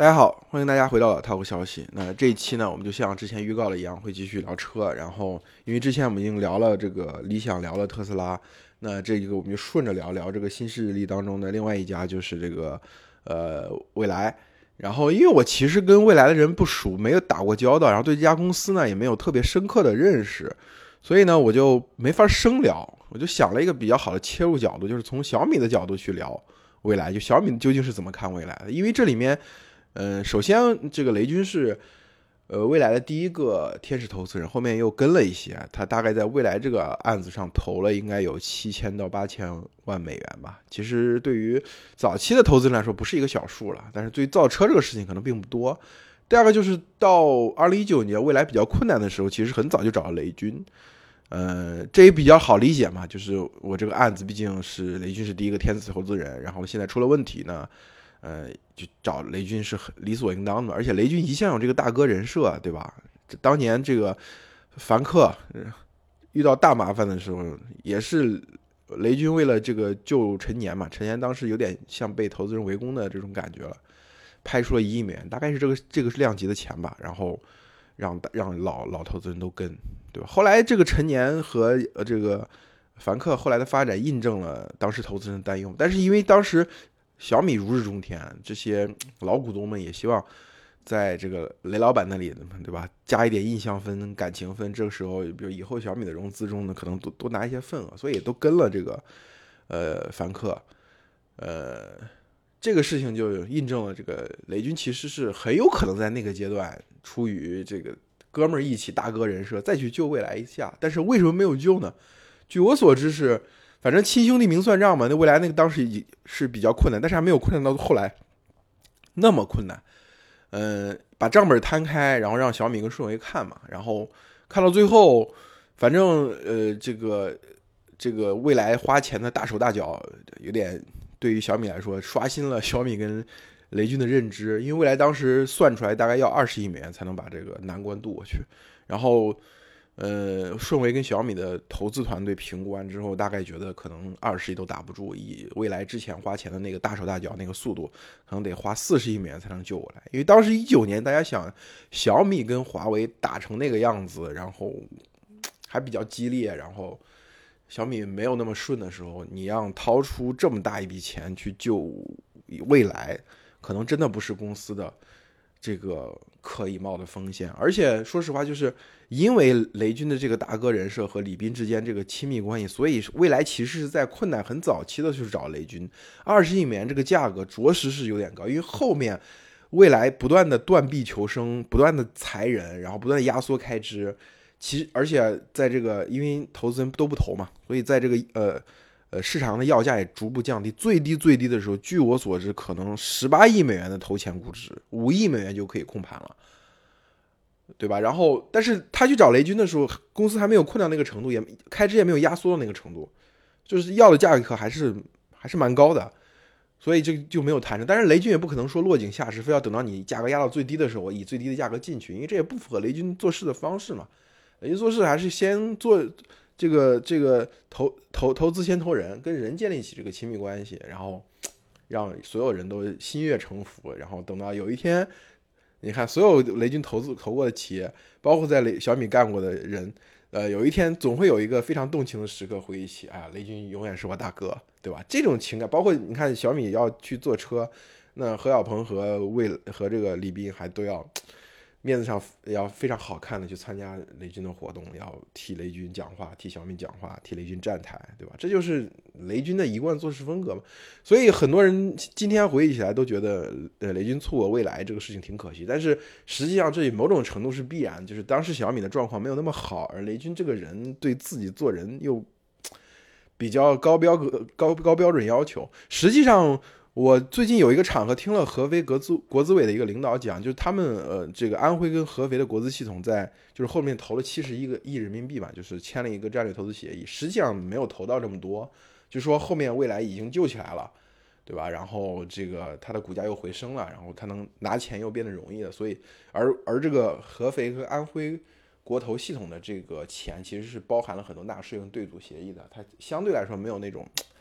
大家好，欢迎大家回到老套个消息。那这一期呢，我们就像之前预告的一样，会继续聊车。然后，因为之前我们已经聊了这个理想，聊了特斯拉，那这个我们就顺着聊聊这个新势力当中的另外一家，就是这个蔚来。然后，因为我其实跟蔚来的人不熟，没有打过交道，然后对这家公司呢也没有特别深刻的认识，所以呢我就没法深聊。我就想了一个比较好的切入角度，就是从小米的角度去聊蔚来，就小米究竟是怎么看蔚来的？因为这里面。首先这个雷军是蔚来的第一个天使投资人，后面又跟了一些，他大概在蔚来这个案子上投了应该有7000到8000万美元吧。其实对于早期的投资人来说不是一个小数了，但是对于造车这个事情可能并不多。第二个就是到2019年蔚来比较困难的时候，其实很早就找了雷军。这也比较好理解嘛，就是我这个案子毕竟是雷军是第一个天使投资人，然后现在出了问题呢。就找雷军是很理所应当的，而且雷军一向有这个大哥人设，对吧？当年这个凡客遇到大麻烦的时候，也是雷军为了这个救陈年嘛，陈年当时有点像被投资人围攻的这种感觉了，拍出了1亿美元，大概是这个是量级的钱吧，然后让老投资人都跟，对吧？后来这个陈年和这个凡客后来的发展印证了当时投资人的担忧，但是因为当时小米如日中天，这些老股东们也希望在这个雷老板那里，对吧？加一点印象分、感情分。这个时候，比如以后小米的融资中呢，可能多拿一些份额，所以也都跟了这个凡客。这个事情就印证了这个雷军其实是很有可能在那个阶段出于这个哥们儿义气、大哥人设再去救蔚来一下，但是为什么没有救呢？据我所知是。反正亲兄弟明算账嘛，那未来那个当时是比较困难，但是还没有困难到后来那么困难。把账本摊开，然后让小米跟顺为看嘛，然后看到最后，反正这个未来花钱的大手大脚，有点对于小米来说刷新了小米跟雷军的认知，因为未来当时算出来大概要20亿美元才能把这个难关渡过去，然后。顺为跟小米的投资团队评估完之后，大概觉得可能20亿都打不住，以未来之前花钱的那个大手大脚那个速度，可能得花40亿美元才能救过来。因为当时19年，大家想小米跟华为打成那个样子，然后还比较激烈，然后小米没有那么顺的时候，你让掏出这么大一笔钱去救未来，可能真的不是公司的这个可以冒的风险。而且说实话，就是因为雷军的这个大哥人设和李斌之间这个亲密关系，所以蔚来其实是在困难很早期的去找雷军。20亿美元这个价格着实是有点高，因为后面蔚来不断的断臂求生，不断的裁人，然后不断的压缩开支。其实而且在这个因为投资人都不投嘛，所以在这个市场的要价也逐步降低，最低的时候，据我所知，可能18亿美元的投前估值，5亿美元就可以控盘了，对吧？然后，但是他去找雷军的时候，公司还没有困到那个程度，也开支也没有压缩到那个程度，就是要的价格还是蛮高的，所以这就没有谈成。但是雷军也不可能说落井下石，非要等到你价格压到最低的时候，我以最低的价格进去，因为这也不符合雷军做事的方式嘛。雷军做事还是先做。这个投资先投人，跟人建立起这个亲密关系，然后让所有人都心悦诚服，然后等到有一天，你看所有雷军投过的企业，包括在小米干过的人，有一天总会有一个非常动情的时刻回忆起，哎呀，雷军永远是我大哥，对吧？这种情感，包括你看小米要去做车，那何小鹏和这个李斌还都要。面子上要非常好看的去参加雷军的活动，要替雷军讲话，替小米讲话，替雷军站台，对吧？这就是雷军的一贯做事风格嘛。所以很多人今天回忆起来都觉得，雷军错过未来这个事情挺可惜。但是实际上这某种程度是必然，就是当时小米的状况没有那么好，而雷军这个人对自己做人又比较高标准要求。实际上。我最近有一个场合听了合肥国资委的一个领导讲，就是他们这个安徽跟合肥的国资系统在就是后面投了71个亿人民币吧，就是签了一个战略投资协议，实际上没有投到这么多，就说后面未来已经救起来了，对吧？然后这个它的股价又回升了，然后它能拿钱又变得容易了，所以而这个合肥和安徽国投系统的这个钱其实是包含了很多纳税跟对赌协议的，它相对来说没有那种。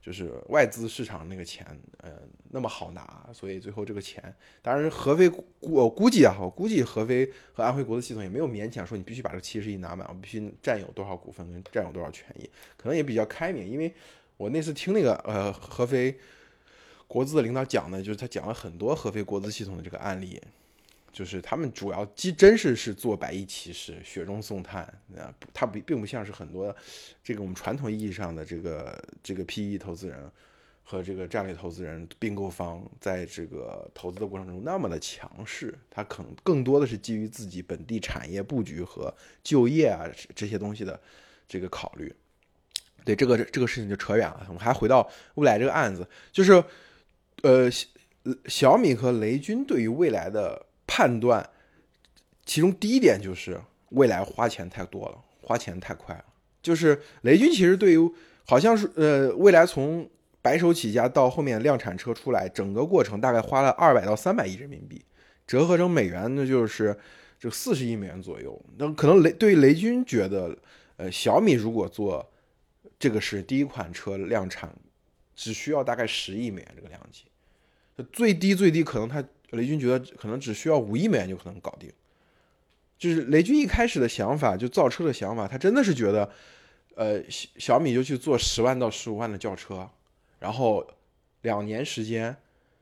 就是外资市场那个钱，那么好拿，所以最后这个钱，当然合肥我估计合肥和安徽国资系统也没有勉强说你必须把这70亿拿满，我必须占有多少股份跟占有多少权益，可能也比较开明，因为我那次听那个合肥国资的领导讲的，就是他讲了很多合肥国资系统的这个案例。就是他们主要真是做百亿骑士，雪中送炭啊，它并不像是很多这个我们传统意义上的这个 PE 投资人和这个战略投资人并购方在这个投资的过程中那么的强势，它可能更多的是基于自己本地产业布局和就业啊这些东西的这个考虑。对，这个事情就扯远了，我们还回到蔚来这个案子，就是小米和雷军对于蔚来的判断，其中第一点就是蔚来花钱太多了，花钱太快了。就是雷军其实对于好像是蔚来从白手起家到后面量产车出来，整个过程大概花了200到300亿人民币，折合成美元那就是这40亿美元左右。那可能对于雷军觉得，小米如果做这个是第一款车量产，只需要大概10亿美元这个量级，最低可能雷军觉得可能只需要5亿美元就可能搞定。就是雷军一开始的想法，就造车的想法，他真的是觉得，小米就去做10万到15万的轿车，然后2年时间，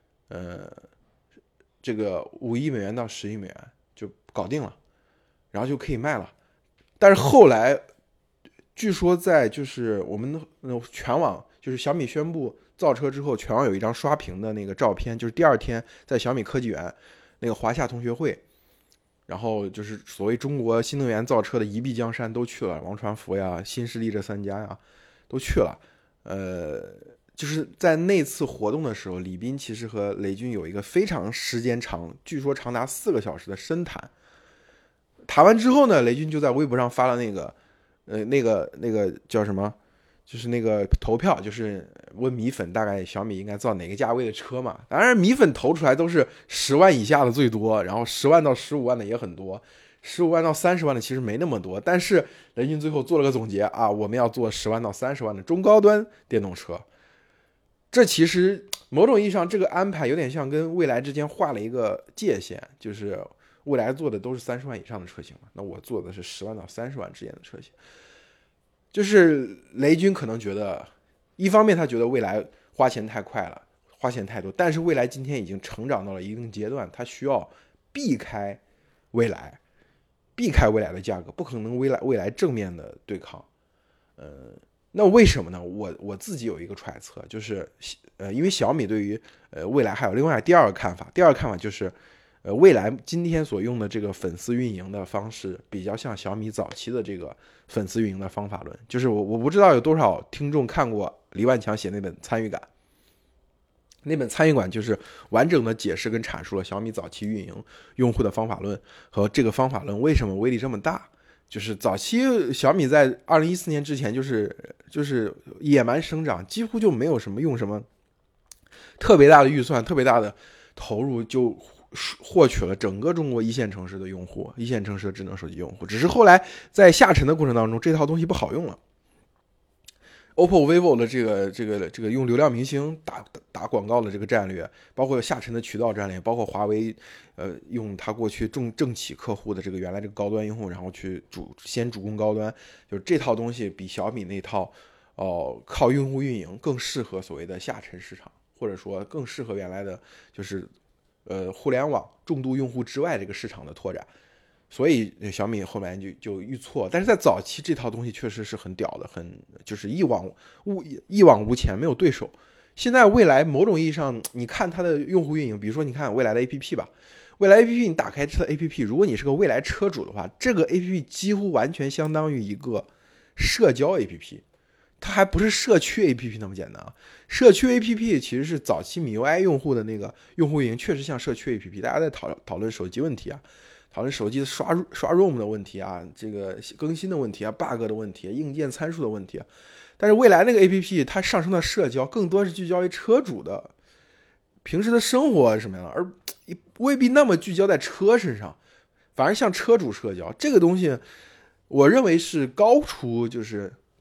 这个5亿美元到10亿美元就搞定了，然后就可以卖了。但是后来，据说在就是我们全网，就是小米宣布造车之后，全网有一张刷屏的那个照片，就是第2天在小米科技园那个华夏同学会，然后就是所谓中国新能源造车的一臂江山都去了，王传福呀、新势力这3家呀都去了。就是在那次活动的时候，李斌其实和雷军有一个非常时间长，据说长达4个小时的深谈。谈完之后呢，雷军就在微博上发了那个叫什么？就是那个投票，就是问米粉大概小米应该造哪个价位的车嘛。当然米粉投出来都是10万以下的最多，然后10万到15万的也很多，15万到30万的其实没那么多。但是雷军最后做了个总结啊，我们要做10万到30万的中高端电动车。这其实某种意义上这个安排有点像跟蔚来之间画了一个界限，就是蔚来做的都是30万以上的车型嘛，那我做的是10万到30万之间的车型。就是雷军可能觉得，一方面他觉得蔚来花钱太快了，花钱太多，但是蔚来今天已经成长到了一定阶段，他需要避开蔚来的价格，不可能蔚来正面的对抗。那为什么呢？我自己有一个揣测，就是因为小米对于蔚来还有另外第二个看法就是蔚来今天所用的这个粉丝运营的方式，比较像小米早期的这个粉丝运营的方法论。就是我不知道有多少听众看过黎万强写那本《参与感》，那本《参与感》就是完整的解释跟阐述了小米早期运营用户的方法论和这个方法论为什么威力这么大。就是早期小米在2014年之前就是野蛮生长，几乎就没有用什么特别大的预算、特别大的投入就获取了整个中国1线城市的用户、1线城市的智能手机用户。只是后来在下沉的过程当中，这套东西不好用了。OPPO、vivo 的这个用流量明星打广告的这个战略，包括下沉的渠道战略，包括华为用它过去政企客户的这个原来这个高端用户，然后去先主攻高端，就是这套东西比小米那套靠用户运营更适合所谓的下沉市场，或者说更适合原来的就是互联网重度用户之外这个市场的拓展。所以小米后面就遇错，但是在早期这套东西确实是很屌的，就是一往无前，没有对手。现在蔚来某种意义上，你看它的用户运营，比如说你看蔚来的 APP 吧，蔚来 APP 你打开它的 APP， 如果你是个蔚来车主的话，这个 APP 几乎完全相当于一个社交 APP， 它还不是社区 APP 那么简单啊。社区 APP 其实是早期米 UI 用户的那个用户运营，确实像社区 APP， 大家在讨论手机问题啊。讨论手机刷 ROM 的问题啊，这个更新的问题啊 ，bug 的问题，硬件参数的问题啊。但是蔚来那个 APP 它上升的社交更多是聚焦于车主的平时的生活什么样的，而未必那么聚焦在车身上，反而像车主社交这个东西，我认为是高出就是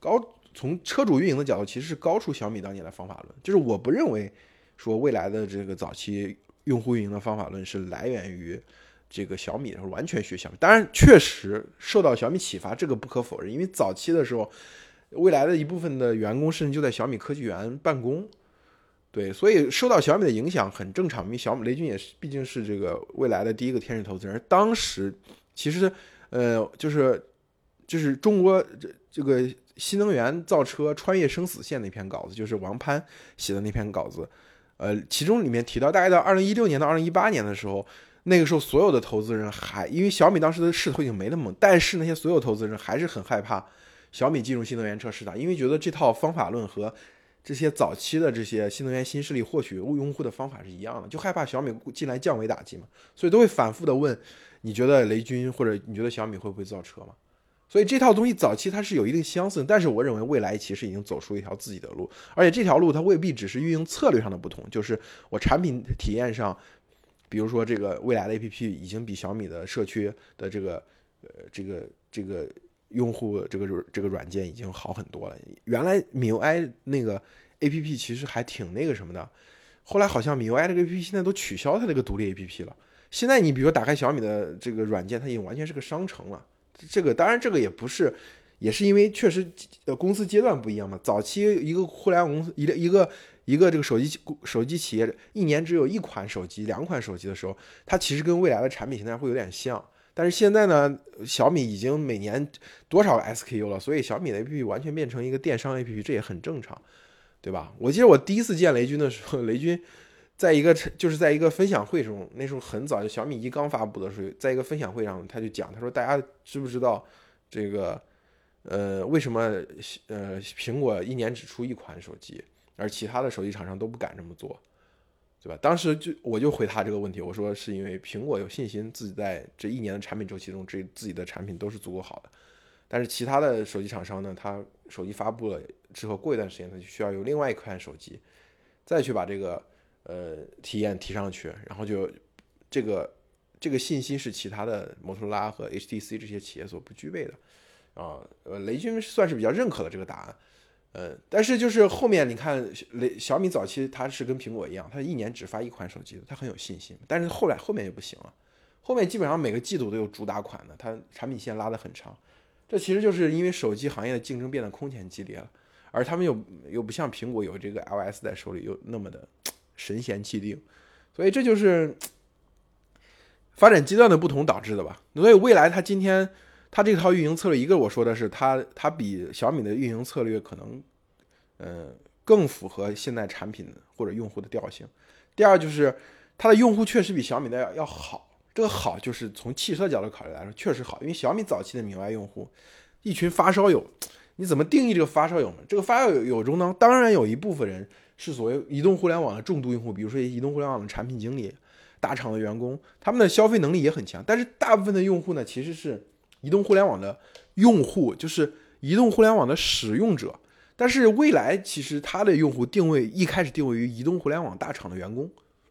从车主运营的角度，其实是高出小米当年的方法论。就是我不认为说未来的这个早期用户运营的方法论是来源于这个小米，完全学小米。当然，确实受到小米启发，这个不可否认。因为早期的时候，未来的一部分的员工甚至就在小米科技园办公，对，所以受到小米的影响很正常。因为雷军也是毕竟是这个未来的第一个天使投资人。当时其实就是中国这个新能源造车穿越生死线那篇稿子，就是王潘写的那篇稿子。其中里面提到，大概到2016年到2018年的时候，那个时候所有的投资人因为小米当时的势头已经没那么猛，但是那些所有投资人还是很害怕小米进入新能源车市场，因为觉得这套方法论和这些早期的这些新能源新势力获取用户的方法是一样的，就害怕小米进来降维打击嘛，所以都会反复的问，你觉得雷军或者你觉得小米会不会造车吗？所以这套东西早期它是有一定相似，但是我认为未来其实已经走出一条自己的路，而且这条路它未必只是运营策略上的不同，就是我产品体验上，比如说这个未来的 APP 已经比小米的社区的这个用户这个软件已经好很多了。原来米 UI 那个 APP 其实还挺那个什么的，后来好像米 UI 这个 APP 现在都取消它这个独立 APP 了。现在你比如说打开小米的这个软件，它已经完全是个商城了。这个当然这个也不是，也是因为确实公司阶段不一样嘛。早期一个互联网公司一个这个手机企业一年只有一款手机两款手机的时候，它其实跟未来的产品形态会有点像。但是现在呢，小米已经每年多少个 SKU 了，所以小米的 APP 完全变成一个电商 APP， 这也很正常，对吧？我记得我第一次见雷军的时候，雷军在一个分享会中，那时候很早，就小米1刚发布的时候，在一个分享会上，他就讲，他说大家知不知道这个为什么苹果一年只出一款手机，而其他的手机厂商都不敢这么做，对吧？当时我就回他这个问题，我说是因为苹果有信心自己在这一年的产品周期中，自己的产品都是足够好的，但是其他的手机厂商呢，他手机发布了之后，过一段时间他就需要有另外一款手机再去把这个体验提上去，然后就这个信息是其他的摩托罗拉和 HTC 这些企业所不具备的啊。雷军算是比较认可的这个答案。但是就是后面你看小米早期它是跟苹果一样，它一年只发一款手机的，它很有信心。但是后面就不行了，后面基本上每个季度都有主打款的，它产品线拉得很长。这其实就是因为手机行业的竞争变得空前激烈了，而他们又不像苹果有这个 iOS 在手里又那么的神闲气定，所以这就是发展阶段的不同导致的吧。所以未来它今天它这套运营策略，一个我说的是它比小米的运营策略可能更符合现在产品或者用户的调性。第二就是它的用户确实比小米的要好，这个好就是从汽车角度考虑来说确实好，因为小米早期的米 UI 用户一群发烧友，你怎么定义这个发烧友呢？这个发烧友中呢，当然有一部分人是所谓移动互联网的重度用户，比如说移动互联网的产品经理、大厂的员工，他们的消费能力也很强。但是大部分的用户呢，其实是移动互联网的用户，就是移动互联网的使用者。但是未来其实它的用户一开始定位于移动互联网大厂的员工，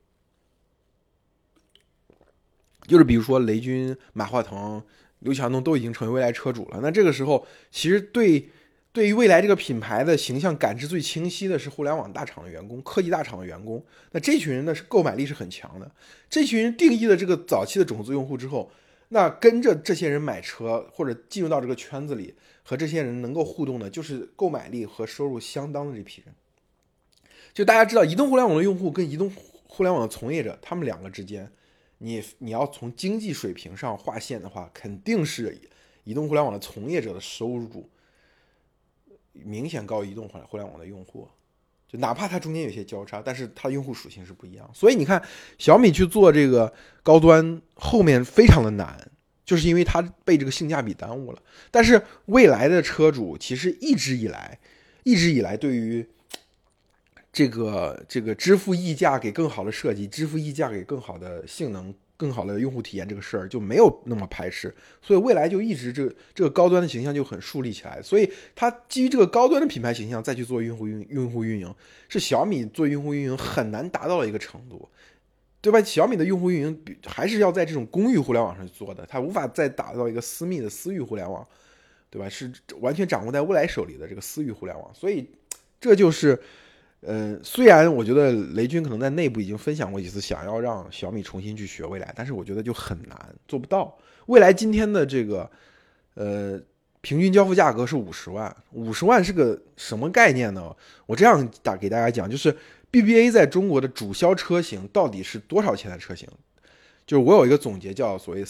就是比如说雷军、马化腾、刘强东都已经成为未来车主了。那这个时候，其实对于未来这个品牌的形象感知最清晰的是互联网大厂的员工、科技大厂的员工。那这群人的购买力是很强的。这群人定义了这个早期的种子用户之后，那跟着这些人买车或者进入到这个圈子里，和这些人能够互动的，就是购买力和收入相当的这批人。就大家知道，移动互联网的用户跟移动互联网的从业者，他们两个之间，你要从经济水平上划线的话，肯定是移动互联网的从业者的收入明显高于移动互联网的用户，就哪怕它中间有些交叉，但是它的用户属性是不一样。所以你看小米去做这个高端后面非常的难，就是因为它被这个性价比耽误了。但是未来的车主其实一直以来对于这个支付溢价给更好的设计，支付溢价给更好的性能、更好的用户体验这个事儿就没有那么排斥，所以未来就一直这个高端的形象就很树立起来。所以它基于这个高端的品牌形象再去做用户运营，是小米做用户运营很难达到的一个程度，对吧？小米的用户运营还是要在这种公域互联网上做的，它无法再打造一个私密的私域互联网。 对吧？是完全掌握在未来手里的这个私域互联网。所以这就是虽然我觉得雷军可能在内部已经分享过几次，想要让小米重新去学未来，但是我觉得就很难，做不到。未来今天的这个平均交付价格是50万，50万是个什么概念呢？我这样给大家讲，就是 BBA 在中国的主销车型到底是多少钱的车型？就是我有一个总结，叫所谓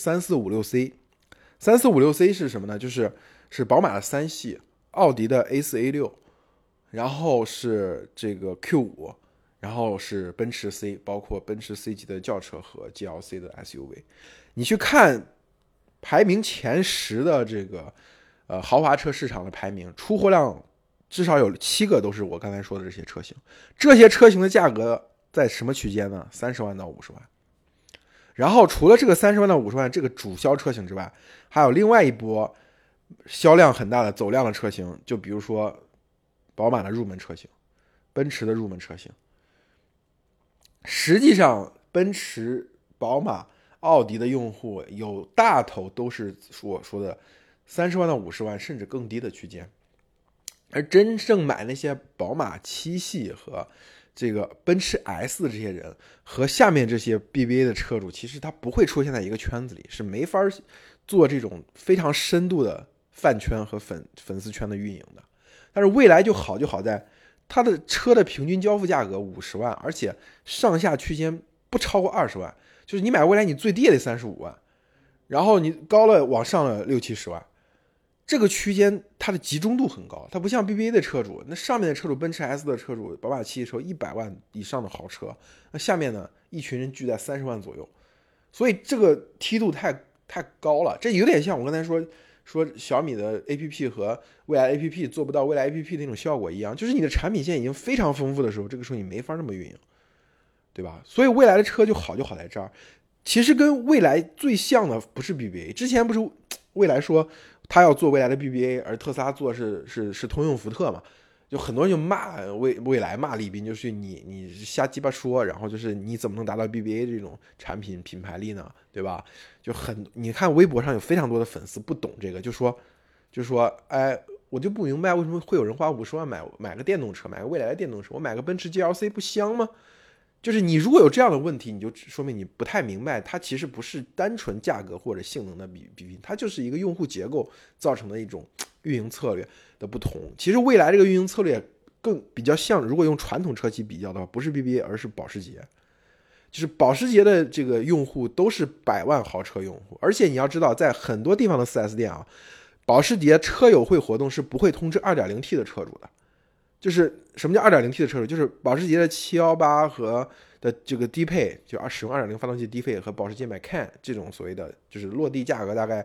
3456C。3456C 是什么呢？是宝马的3系，奥迪的 A4、A6，然后是这个 Q5，然后是奔驰 C， 包括奔驰 C 级的轿车和 GLC 的 SUV。你去看排名前10的这个豪华车市场的排名，出货量至少有7个都是我刚才说的这些车型。这些车型的价格在什么区间呢？30万到50万。然后除了这个30万到50万这个主销车型之外，还有另外一波销量很大的走量的车型，就比如说宝马的入门车型，奔驰的入门车型。实际上奔驰、宝马、奥迪的用户有大头都是我说的30万到50万甚至更低的区间，而真正买那些宝马7系和这个奔驰 S 的这些人和下面这些 BBA 的车主，其实他不会出现在一个圈子里，是没法做这种非常深度的饭圈和粉丝圈的运营的。但是蔚来就好在它的车的平均交付价格50万，而且上下区间不超过20万，就是你买蔚来你最低也得35万，然后你高了往上了60-70万，这个区间它的集中度很高。它不像 BBA 的车主，那上面的车主奔驰 S 的车主，宝马7的车100万以上的豪车，那下面呢一群人聚在30万左右，所以这个梯度太高了。这有点像我刚才说小米的 APP 和蔚来 APP 做不到蔚来 APP 那种效果一样，就是你的产品线已经非常丰富的时候，这个时候你没法那么运营，对吧？所以蔚来的车就好在这儿。其实跟蔚来最像的不是 BBA， 之前不是蔚来说他要做蔚来的 BBA， 而特斯拉做是通用福特嘛，就很多人就骂蔚来，骂李斌，就是你瞎鸡巴说，然后就是你怎么能达到 BBA 这种产品品牌力呢，对吧？你看微博上有非常多的粉丝不懂这个，就说哎，我就不明白为什么会有人花50万买个电动车，买个蔚来的电动车，我买个奔驰 GLC 不香吗？就是你如果有这样的问题，你就说明你不太明白，它其实不是单纯价格或者性能的比拼，它就是一个用户结构造成的一种运营策略的不同。其实蔚来这个运营策略更比较像，如果用传统车企比较的话，不是 BBA 而是保时捷。就是保时捷的这个用户都是100万豪车用户，而且你要知道，在很多地方的 4S 店啊，保时捷车友会活动是不会通知 2.0T 的车主的。就是什么叫 2.0T 的车主？就是保时捷的718和的这个低配，就使用 2.0 发动机低配和保时捷Macan 这种所谓的就是落地价格大概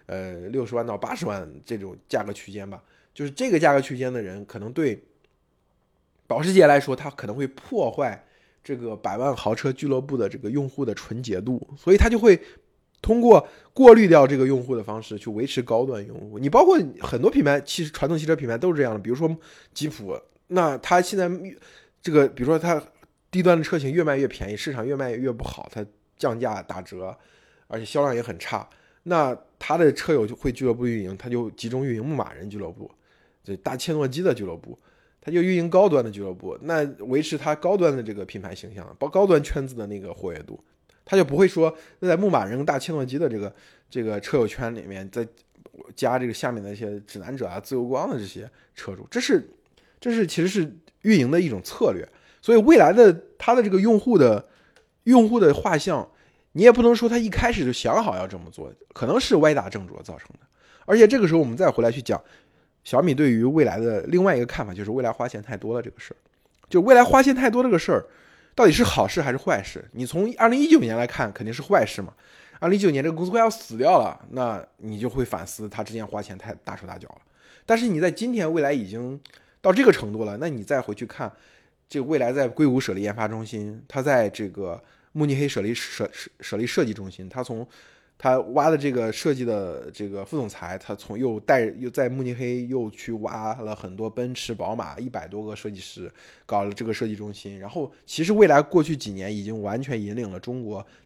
60万到80万这种价格区间吧。就是这个价格区间的人，可能对保时捷来说，他可能会破坏这个100万豪车俱乐部的这个用户的纯洁度，所以他就会通过过滤掉这个用户的方式去维持高端用户。你包括很多品牌，传统汽车品牌都是这样的，比如说吉普，那它现在这个比如说它低端的车型越卖越便宜，市场越卖越不好，它降价打折，而且销量也很差，那它的车友就会俱乐部运营，它就集中运营牧马人俱乐部，这大切诺基的俱乐部，它就运营高端的俱乐部，那维持它高端的这个品牌形象，高端圈子的那个活跃度，他就不会说在牧马人大切诺基的这个车友圈里面再加这个下面的一些指南者啊、自由光的这些车主，这是其实是运营的一种策略。所以未来的它的这个用户的画像，你也不能说他一开始就想好要这么做，可能是歪打正着造成的。而且这个时候我们再回来去讲小米对于未来的另外一个看法，就是未来花钱太多了这个事儿。就未来花钱太多这个事儿到底是好事还是坏事？你从2019年来看肯定是坏事嘛。2019年这个公司快要死掉了，那你就会反思他之前花钱太大手大脚了。但是你在今天未来已经到这个程度了，那你再回去看这个未来在硅谷舍利研发中心，他在这个慕尼黑舍利设计中心，他挖的这个设计的这个副总裁，他又在慕尼黑又去挖了很多奔驰、宝马100多个设计师，搞了这个设计中心。然后其实未来过去几年已经完全引领了中国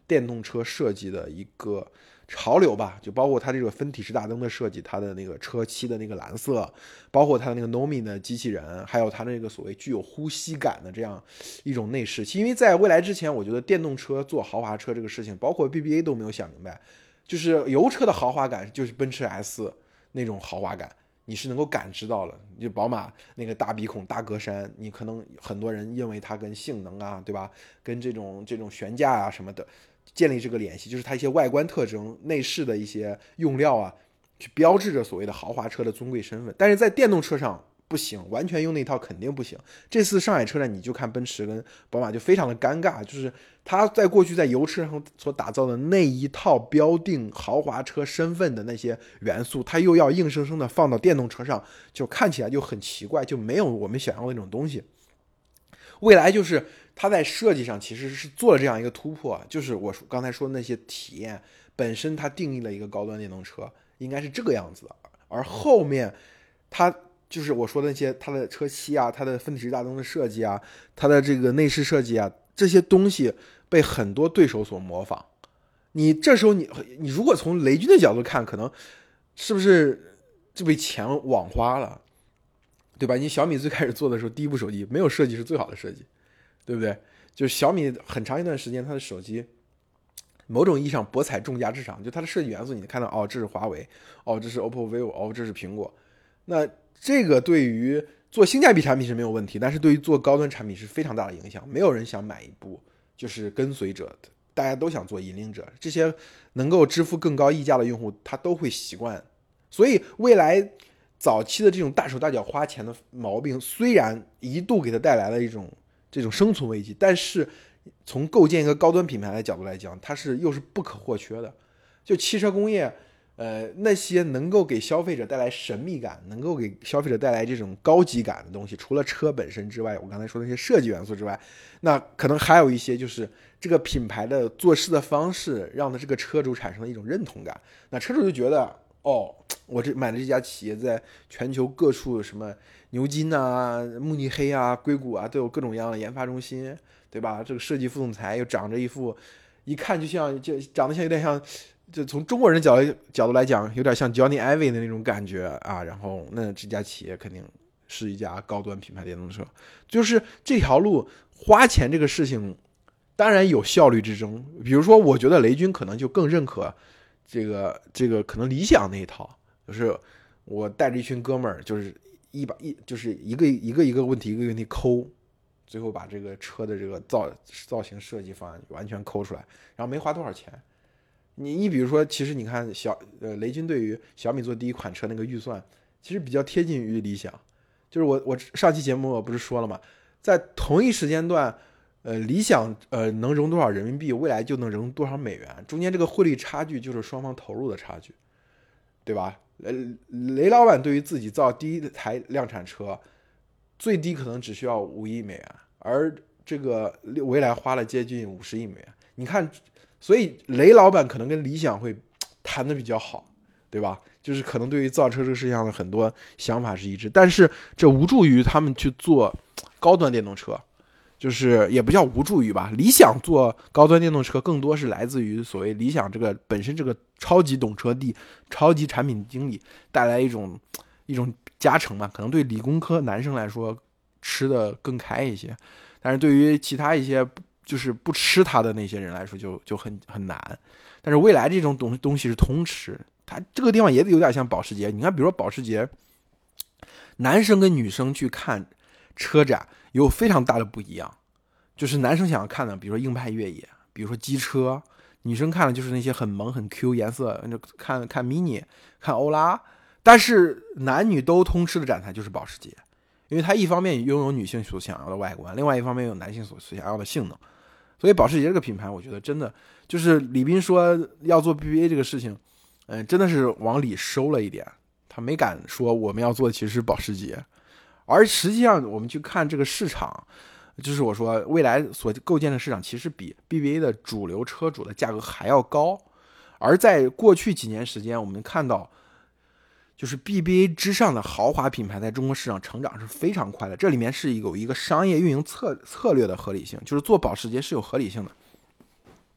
电动车设计的一个潮流吧，就包括它这个分体式大灯的设计，它的那个车漆的那个蓝色，包括它的那个 Nomi 的机器人，还有它那个所谓具有呼吸感的这样一种内饰。因为在未来之前，我觉得电动车做豪华车这个事情，包括 BBA 都没有想明白，就是油车的豪华感就是奔驰 S 那种豪华感。你是能够感知到了，就宝马那个大鼻孔、大格栅，你可能很多人认为它跟性能啊，对吧？跟这种悬架啊什么的建立这个联系，就是它一些外观特征、内饰的一些用料啊，去标志着所谓的豪华车的尊贵身份。但是在电动车上不行，完全用那套肯定不行。这次上海车展，你就看奔驰跟宝马就非常的尴尬，就是它在过去在油车上所打造的那一套标定豪华车身份的那些元素，它又要硬生生的放到电动车上，就看起来就很奇怪，就没有我们想要的那种东西。未来就是它在设计上其实是做了这样一个突破，就是我刚才说的那些体验本身，它定义了一个高端电动车应该是这个样子的，而后面它就是我说的那些它的车漆啊，它的分体式大灯的设计啊，它的这个内饰设计啊，这些东西被很多对手所模仿。你这时候你如果从雷军的角度看，可能是不是这笔钱枉花了，对吧？你小米最开始做的时候，第一部手机没有设计是最好的设计，对不对？就小米很长一段时间，它的手机某种意义上博采众家之长，就它的设计元素，你看到哦，这是华为，哦，这是 OPPO、vivo， 哦，这是苹果。那这个对于做性价比产品是没有问题，但是对于做高端产品是非常大的影响。没有人想买一部就是跟随者的，大家都想做引领者。这些能够支付更高溢价的用户，他都会习惯。所以未来早期的这种大手大脚花钱的毛病，虽然一度给他带来了一种这种生存危机，但是从构建一个高端品牌的角度来讲，它又是不可或缺的。就汽车工业。那些能够给消费者带来神秘感，能够给消费者带来这种高级感的东西，除了车本身之外，我刚才说的那些设计元素之外，那可能还有一些就是这个品牌的做事的方式，让的这个车主产生了一种认同感。那车主就觉得，哦，我买的这家企业在全球各处什么牛津啊、慕尼黑啊、硅谷啊，都有各种各样的研发中心，对吧？这个设计副总裁又长着一副，一看就长得像有点像。就从中国人的角度来讲，有点像 Johnny Ive 的那种感觉啊。然后，那这家企业肯定是一家高端品牌电动车。就是这条路花钱这个事情，当然有效率之争。比如说，我觉得雷军可能就更认可这个可能理想那一套，就是我带着一群哥们儿，就是就是一个问题一个问题抠，最后把这个车的这个造型设计方案完全抠出来，然后没花多少钱。你比如说，其实你看雷军对于小米做第一款车那个预算，其实比较贴近于理想。就是我上期节目我不是说了嘛，在同一时间段，理想能融多少人民币，未来就能融多少美元，中间这个汇率差距就是双方投入的差距，对吧？雷老板对于自己造第一台量产车，最低可能只需要5亿美元，而这个未来花了接近50亿美元。你看。所以雷老板可能跟理想会谈的比较好，对吧？就是可能对于造车这个事情上的很多想法是一致，但是这无助于他们去做高端电动车，就是也不叫无助于吧。理想做高端电动车更多是来自于所谓理想这个本身这个超级懂车帝、超级产品经理带来一种加成嘛，可能对理工科男生来说吃的更开一些，但是对于其他一些。就是不吃它的那些人来说就很难，但是未来这种东西是通吃，它这个地方也有点像保时捷。你看，比如说保时捷，男生跟女生去看车展有非常大的不一样，就是男生想要看的，比如说硬派越野，比如说机车，女生看的就是那些很萌很 Q 颜色，看 mini 看欧拉，但是男女都通吃的展台就是保时捷，因为它一方面拥有女性所想要的外观，另外一方面有男性所想要的性能。所以保时捷这个品牌，我觉得真的就是李斌说要做 BBA 这个事情，真的是往里收了一点，他没敢说我们要做的其实是保时捷，而实际上我们去看这个市场，就是我说未来所构建的市场其实比 BBA 的主流车主的价格还要高，而在过去几年时间，我们看到。就是 BBA 之上的豪华品牌在中国市场成长是非常快的，这里面是有一个商业运营策略的合理性，就是做保时捷是有合理性的。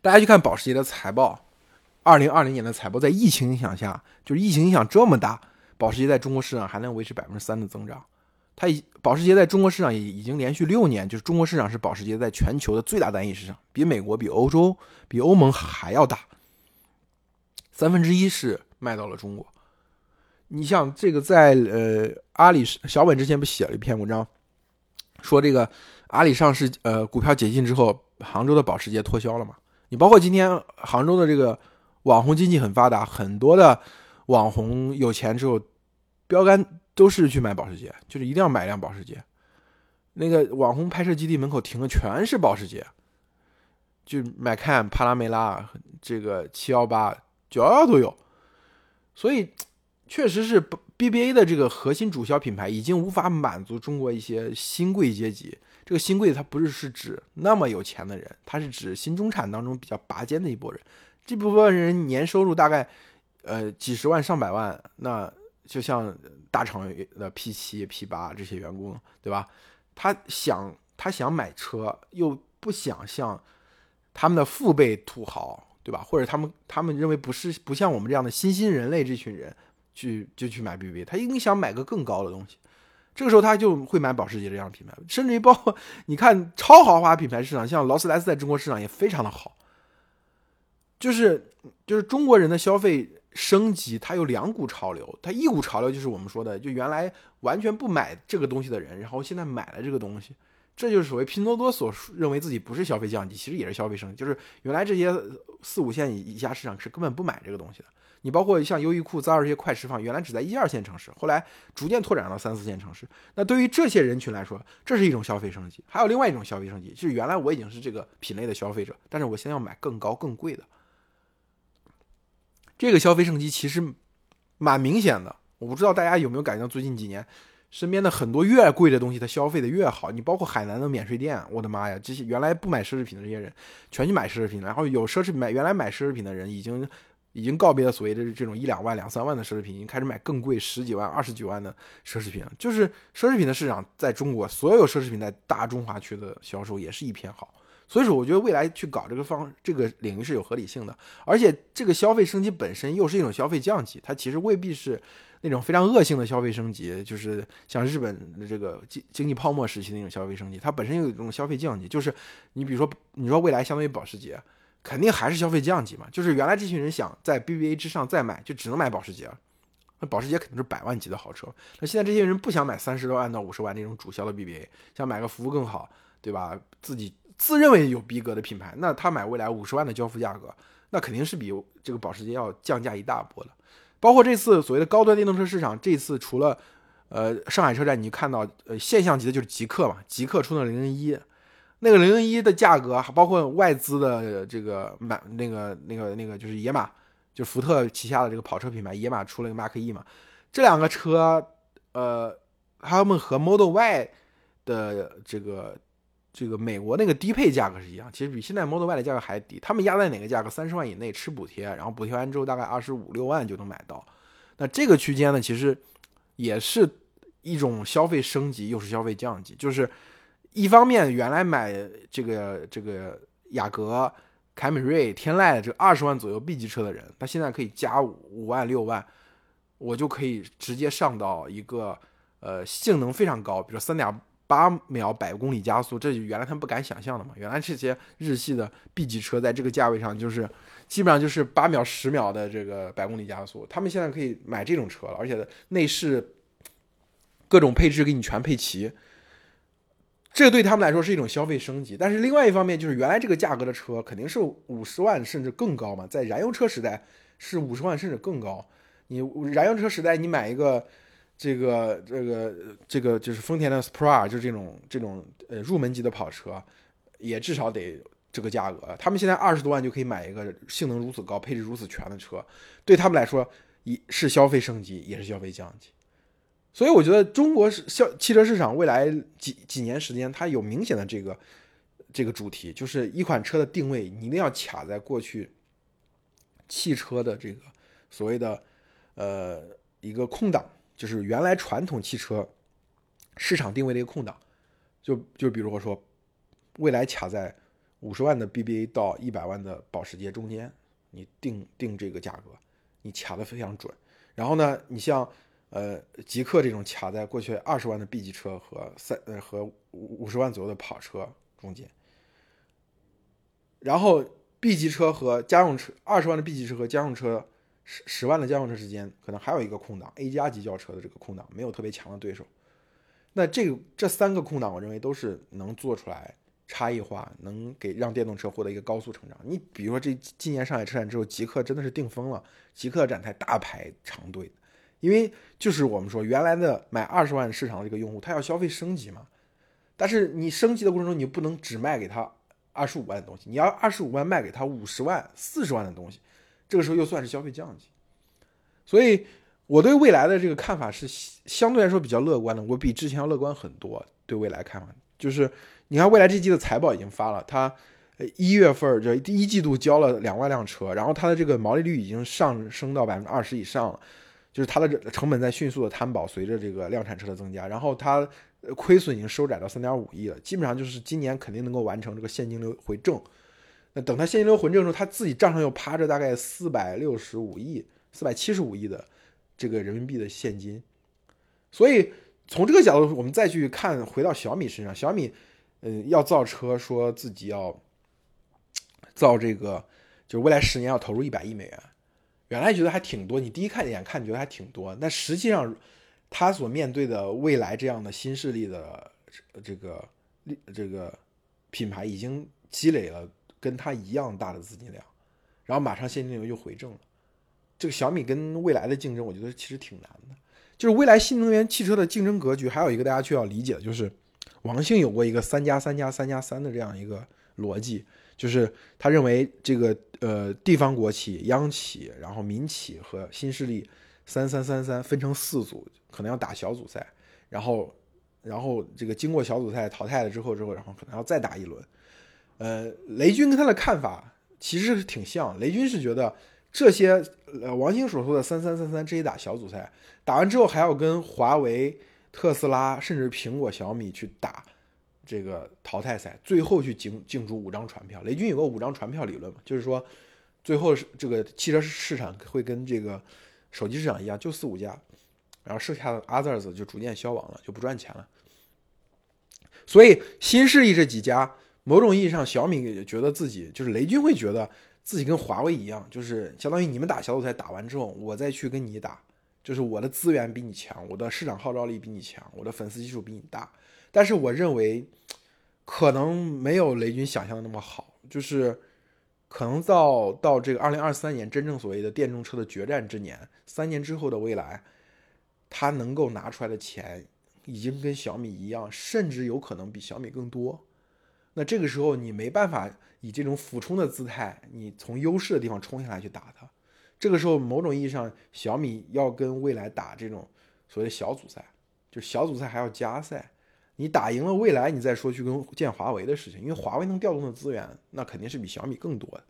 大家去看保时捷的财报，2020年的财报，在疫情影响下，就是疫情影响这么大，保时捷在中国市场还能维持3%的增长。保时捷在中国市场也已经连续6年，就是中国市场是保时捷在全球的最大单一市场，比美国、比欧洲、比欧盟还要大1/3是卖到了中国。你像这个在阿里小本之前不写了一篇文章，说这个阿里上市股票解禁之后，杭州的保时捷脱销了嘛？你包括今天杭州的这个网红经济很发达，很多的网红有钱之后标杆都是去买保时捷，就是一定要买一辆保时捷。那个网红拍摄基地门口停的全是保时捷，就买看帕拉梅拉、这个718、911都有。所以确实是 BBA 的这个核心主销品牌已经无法满足中国一些新贵阶级。这个新贵它不是指那么有钱的人，它是指新中产当中比较拔尖的一波人。这部分人年收入大概几十万上百万，那就像大厂的 P7、P8 这些员工，对吧？他想买车，又不想像他们的父辈土豪，对吧？或者他们认为不像我们这样的新兴人类这群人就去买 BBA， 他一定想买个更高的东西。这个时候他就会买保时捷这样的品牌，甚至于包括你看超豪华品牌市场，像劳斯莱斯在中国市场也非常的好。就是中国人的消费升级，它有2股潮流，它一股潮流就是我们说的，就原来完全不买这个东西的人，然后现在买了这个东西，这就是所谓拼多多所认为自己不是消费降级，其实也是消费升级。就是原来这些4、5线以下市场是根本不买这个东西的。你包括像优衣库、Zara 这些快时尚，原来只在1、2线城市，后来逐渐拓展到3、4线城市。那对于这些人群来说，这是一种消费升级。还有另外一种消费升级，就是原来我已经是这个品类的消费者，但是我现在要买更高更贵的。这个消费升级其实蛮明显的，我不知道大家有没有感觉到最近几年身边的很多越贵的东西它消费的越好。你包括海南的免税店，我的妈呀，这些原来不买奢侈品的这些人全去买奢侈品了，然后有奢侈品原来买奢侈品的人已经告别了所谓的这种1、2万、2、3万的奢侈品，已经开始买更贵10几万、20几万的奢侈品了。就是奢侈品的市场在中国，所有奢侈品在大中华区的销售也是一片好。所以说我觉得未来去搞这个领域是有合理性的，而且这个消费升级本身又是一种消费降级，它其实未必是那种非常恶性的消费升级，就是像日本的这个经济泡沫时期的那种消费升级，它本身有一种消费降级，就是你比如说你说未来相当于保时捷，肯定还是消费降级嘛，就是原来这群人想在 BBA 之上再买，就只能买保时捷了。那保时捷肯定是100万级的豪车，那现在这些人不想买30多万到50万那种主销的 BBA， 想买个服务更好，对吧？自认为有逼格的品牌，那他买未来50万的交付价格，那肯定是比这个保时捷要降价一大波的。包括这次所谓的高端电动车市场，这次除了上海车展，你看到现象级的就是极客嘛，极客出的001，那个001的价格，包括外资的这个那个就是野马，就是福特旗下的这个跑车品牌野马出了个 Mark E 嘛，这2个车他们和 Model Y 的这个美国那个低配价格是一样，其实比现在 Model Y 的价格还低。他们压在哪个价格？30万以内吃补贴，然后补贴完之后大概25、6万就能买到。那这个区间呢，其实也是一种消费升级，又是消费降级。就是一方面，原来买这个雅阁、凯美瑞、天籁的这20万左右 B 级车的人，他现在可以加5万、6万，我就可以直接上到一个性能非常高，比如说3.8秒100公里加速，这就原来他们不敢想象的嘛。原来这些日系的 B 级车在这个价位上就是基本上就是8秒10秒的这个100公里加速，他们现在可以买这种车了，而且内饰各种配置给你全配齐，这对他们来说是一种消费升级。但是另外一方面，就是原来这个价格的车肯定是50万甚至更高嘛，在燃油车时代是50万甚至更高。你燃油车时代你买一个这个就是丰田的 Supra， 就是这种入门级的跑车，也至少得这个价格。他们现在20多万就可以买一个性能如此高、配置如此全的车，对他们来说是消费升级，也是消费降级。所以我觉得中国汽车市场未来几年时间，它有明显的这个主题，就是一款车的定位，你一定要卡在过去汽车的这个所谓的一个空档。就是原来传统汽车市场定位的一个空档，就比如说未来卡在 50万的 BBA 到100万的保时捷中间，你定这个价格，你卡得非常准。然后呢，你像极客这种卡在过去20万的 B 级车和50万左右的跑车中间，然后 B 级车和家用车20万的 B 级车和家用车10万的家用车之间，可能还有一个空档 A 加级轿车的这个空档，没有特别强的对手。那这3个空档，我认为都是能做出来差异化，能让电动车获得一个高速成长。你比如说今年上海车展之后，极客真的是定疯了，极客展台大排长队，因为就是我们说原来的买20万市场的这个用户，他要消费升级嘛，但是你升级的过程中，你不能只卖给他25万的东西，你要25万卖给他50万、40万的东西，这个时候又算是消费降级。所以我对未来的这个看法是相对来说比较乐观的，我比之前要乐观很多。对未来看法就是你看未来这季的财报已经发了，它1月份就第1季度交了2万辆车，然后它的这个毛利率已经上升到20%以上了，就是它的成本在迅速的摊薄，随着这个量产车的增加，然后它亏损已经收窄到3.5亿了，基本上就是今年肯定能够完成这个现金流回正。那等它现金流回正的时候，它自己账上又趴着大概465亿、475亿的这个人民币的现金。所以从这个角度，我们再去看，回到小米身上，小米要造车，说自己要造这个，就是未来10年要投入100亿美元。原来觉得还挺多，你第一眼看觉得还挺多，但实际上他所面对的未来这样的新势力的这个品牌已经积累了跟他一样大的资金量，然后马上现金流就回正了。这个小米跟未来的竞争，我觉得其实挺难的。就是未来新能源汽车的竞争格局，还有一个大家需要理解的，就是王兴有过一个3+3+3+3的这样一个逻辑，就是他认为这个地方国企、央企，然后民企和新势力3-3-3-3分成4组，可能要打小组赛，然后这个经过小组赛淘汰了之后，然后可能要再打一轮。雷军跟他的看法其实是挺像，雷军是觉得这些王兴所说的3-3-3-3这些打小组赛，打完之后还要跟华为、特斯拉甚至苹果、小米去打这个淘汰赛，最后去竞逐5张船票。雷军有个5张船票理论嘛，就是说最后这个汽车市场会跟这个手机市场一样，就4、5家，然后剩下的 others 就逐渐消亡了，就不赚钱了。所以新势力这几家，某种意义上小米也觉得自己，就是雷军会觉得自己跟华为一样，就是相当于你们打小组赛打完之后，我再去跟你打，就是我的资源比你强，我的市场号召力比你强，我的粉丝基础比你大。但是我认为可能没有雷军想象的那么好，就是可能到这个2023年真正所谓的电动车的决战之年，3年之后的未来，他能够拿出来的钱已经跟小米一样，甚至有可能比小米更多。那这个时候你没办法以这种俯冲的姿态，你从优势的地方冲下来去打它。这个时候某种意义上，小米要跟蔚来打这种所谓的小组赛，就小组赛还要加赛。你打赢了蔚来，你再说去跟见华为的事情，因为华为能调动的资源，那肯定是比小米更多的。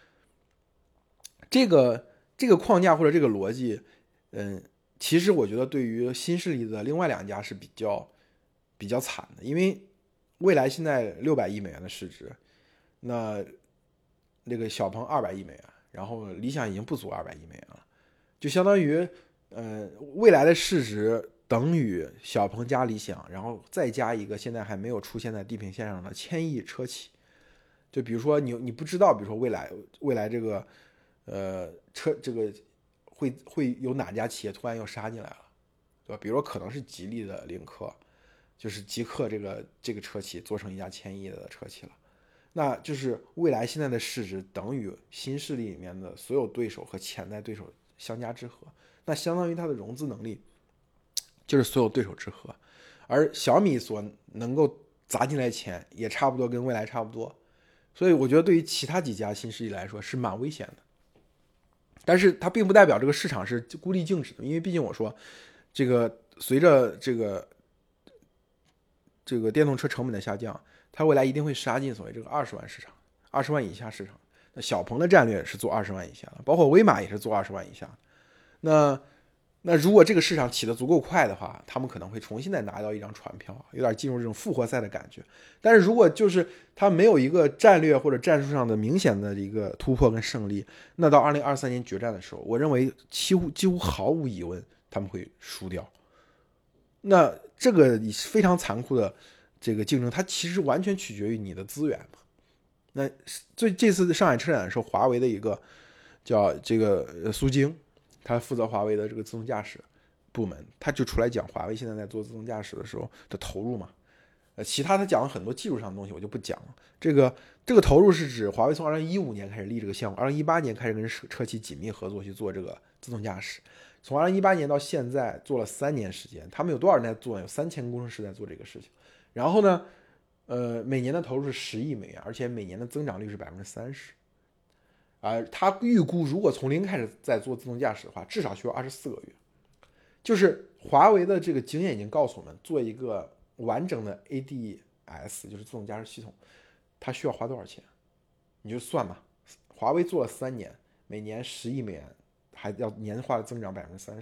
这个框架或者这个逻辑，其实我觉得对于新势力的另外2家是比较惨的，因为蔚来现在600亿美元的市值，那个小鹏200亿美元，然后理想已经不足200亿美元了，就相当于蔚来的市值等于小鹏加理想，然后再加一个现在还没有出现在地平线上的1000亿车企。就比如说你不知道，比如说蔚来这个车这个会有哪家企业突然又杀进来了，对吧？比如说可能是吉利的领克，就是极客这个车企做成一家1000亿的车企了，那就是蔚来现在的市值等于新势力里面的所有对手和潜在对手相加之和，那相当于它的融资能力就是所有对手之和，而小米所能够砸进来钱也差不多跟蔚来差不多，所以我觉得对于其他几家新势力来说是蛮危险的。但是它并不代表这个市场是孤立静止的，因为毕竟我说这个随着这个电动车成本的下降，它未来一定会杀进所谓这个20万市场，20万以下市场。那小鹏的战略是做20万以下的，包括威马也是做20万以下。那那如果这个市场起得足够快的话，他们可能会重新再拿到一张船票，有点进入这种复活赛的感觉。但是如果就是他没有一个战略或者战术上的明显的一个突破跟胜利，那到2023年决战的时候，我认为几乎毫无疑问他们会输掉。那这个非常残酷的这个竞争，它其实完全取决于你的资源嘛。那这次上海车展的时候，华为的一个叫这个苏晶，他负责华为的这个自动驾驶部门，他就出来讲华为现在在做自动驾驶的时候的投入嘛。其他他讲了很多技术上的东西，我就不讲了。这个投入是指华为从2015年开始立这个项目，2018年开始跟车企紧密合作去做这个自动驾驶。从2018年到现在做了3年时间，他们有多少人在做？有3000个工程师在做这个事情。然后呢，每年的投入是10亿美元，而且每年的增长率是30%。他预估如果从零开始在做自动驾驶的话，至少需要24个月。就是华为的这个经验已经告诉我们，做一个完整的 ADS 就是自动驾驶系统，它需要花多少钱？你就算吧。华为做了3年，每年10亿美元，还要年化的增长30%，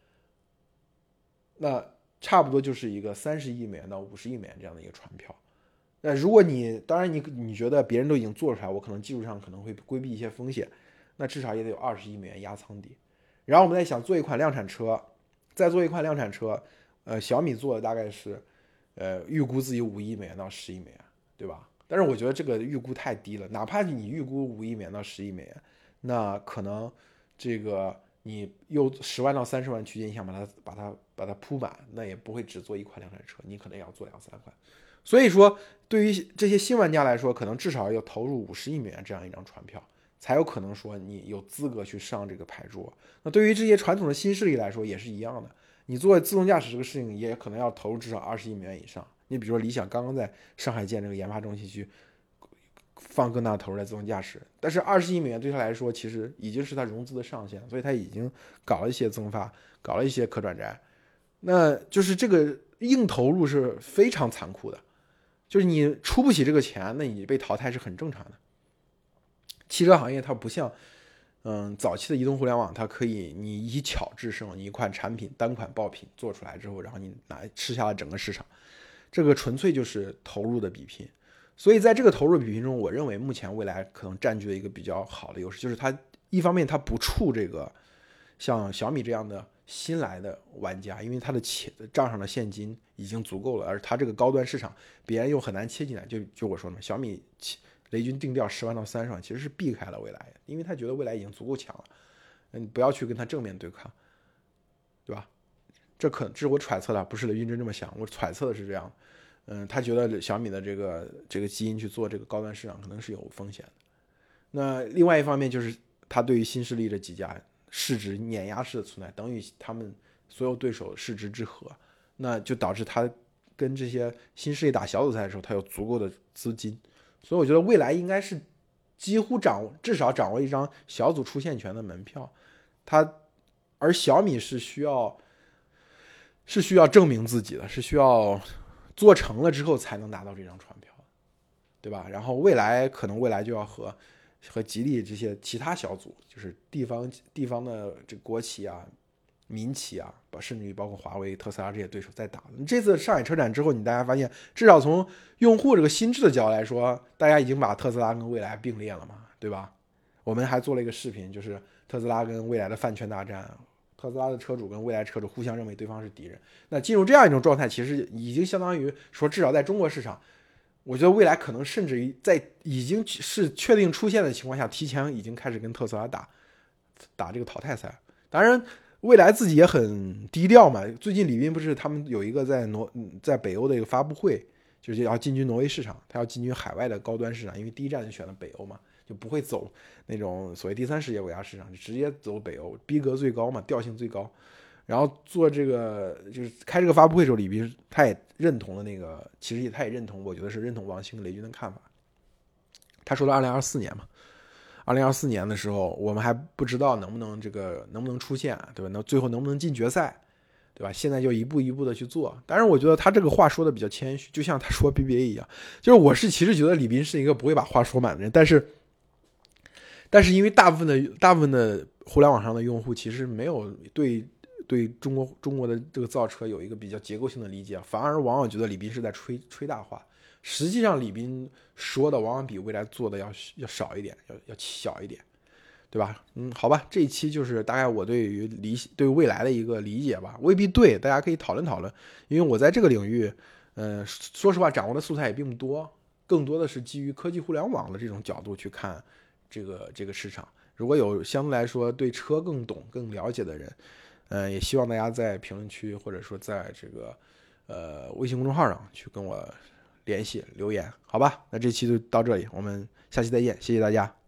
那差不多就是一个30亿美元到50亿美元这样的一个船票。那如果当然你觉得别人都已经做出来，我可能技术上可能会规避一些风险，那至少也得有20亿美元压舱底。然后我们在想做一款量产车，再做一款量产车，小米做的大概是预估自己5亿美元到10亿美元，对吧？但是我觉得这个预估太低了，哪怕你预估5亿美元到10亿美元，那可能这个你用10万到30万区间想把它铺满，那也不会只做一款量产车，你可能也要做2-3款。所以说对于这些新玩家来说，可能至少要投入50亿美元这样一张船票，才有可能说你有资格去上这个牌桌。那对于这些传统的新势力来说也是一样的，你做自动驾驶这个事情也可能要投入至少20亿美元以上。你比如说理想刚刚在上海建这个研发中心去放更大的投入在自动驾驶，但是20亿美元对他来说其实已经是他融资的上限，所以他已经搞了一些增发，搞了一些可转债。那就是这个硬投入是非常残酷的，就是你出不起这个钱，那你被淘汰是很正常的。汽车行业它不像早期的移动互联网，它可以你以巧制胜，你一款产品单款爆品做出来之后，然后你吃下了整个市场，这个纯粹就是投入的比拼。所以在这个投入比拼中，我认为目前未来可能占据了一个比较好的优势，就是它一方面它不触这个像小米这样的新来的玩家，因为它的账上的现金已经足够了，而它这个高端市场别人又很难切进来。就我说的嘛，小米雷军定调10万到30万，其实是避开了蔚来，因为他觉得蔚来已经足够强了，你不要去跟他正面对抗，对吧？这是我揣测的，不是雷军真这么想，我揣测的是这样。他觉得小米的这个基因去做这个高端市场可能是有风险的。那另外一方面就是他对于新势力这几家市值碾压式的存在，等于他们所有对手市值之和，那就导致他跟这些新势力打小组赛的时候，他有足够的资金。所以我觉得未来应该是几乎至少掌握一张小组出线权的门票。而小米是需要证明自己的，是需要做成了之后才能拿到这张船票，对吧？然后未来就要和吉利这些其他小组，就是地方的这个国企啊、民企啊，甚至于包括华为、特斯拉这些对手在打。这次上海车展之后，大家发现，至少从用户这个心智的角度来说，大家已经把特斯拉跟蔚来并列了嘛，对吧？我们还做了一个视频，就是特斯拉跟蔚来的饭圈大战，特斯拉的车主跟蔚来车主互相认为对方是敌人。那进入这样一种状态，其实已经相当于说，至少在中国市场，我觉得蔚来可能甚至于在已经是确定出现的情况下，提前已经开始跟特斯拉打这个淘汰赛。当然蔚来自己也很低调嘛，最近李斌不是他们有一个在北欧的一个发布会，就是要进军挪威市场，他要进军海外的高端市场，因为第一站就选了北欧嘛，就不会走那种所谓第三世界国家市场，就直接走北欧，逼格最高嘛，调性最高。然后做这个就是开这个发布会的时候，李斌他也认同了其实他也认同，我觉得是认同王兴雷军的看法。他说到2024年嘛，2024年的时候，我们还不知道能不能出现，对吧？那最后能不能进决赛，对吧？现在就一步一步的去做。当然，我觉得他这个话说的比较谦虚，就像他说 BBA 一样，就是我其实觉得李斌是一个不会把话说满的人，但是因为大部分的互联网上的用户其实没有对对中国的这个造车有一个比较结构性的理解，反而往往觉得李斌是在吹大话。实际上，李斌说的往往比未来做的要少一点，要小一点，对吧？好吧，这一期就是大概我对未来的一个理解吧，未必对，大家可以讨论讨论。因为我在这个领域，说实话，掌握的素材也并不多，更多的是基于科技互联网的这种角度去看这个市场。如果有相对来说对车更懂、更了解的人，也希望大家在评论区或者说在这个微信公众号上去跟我联系留言，好吧？那这期就到这里，我们下期再见，谢谢大家。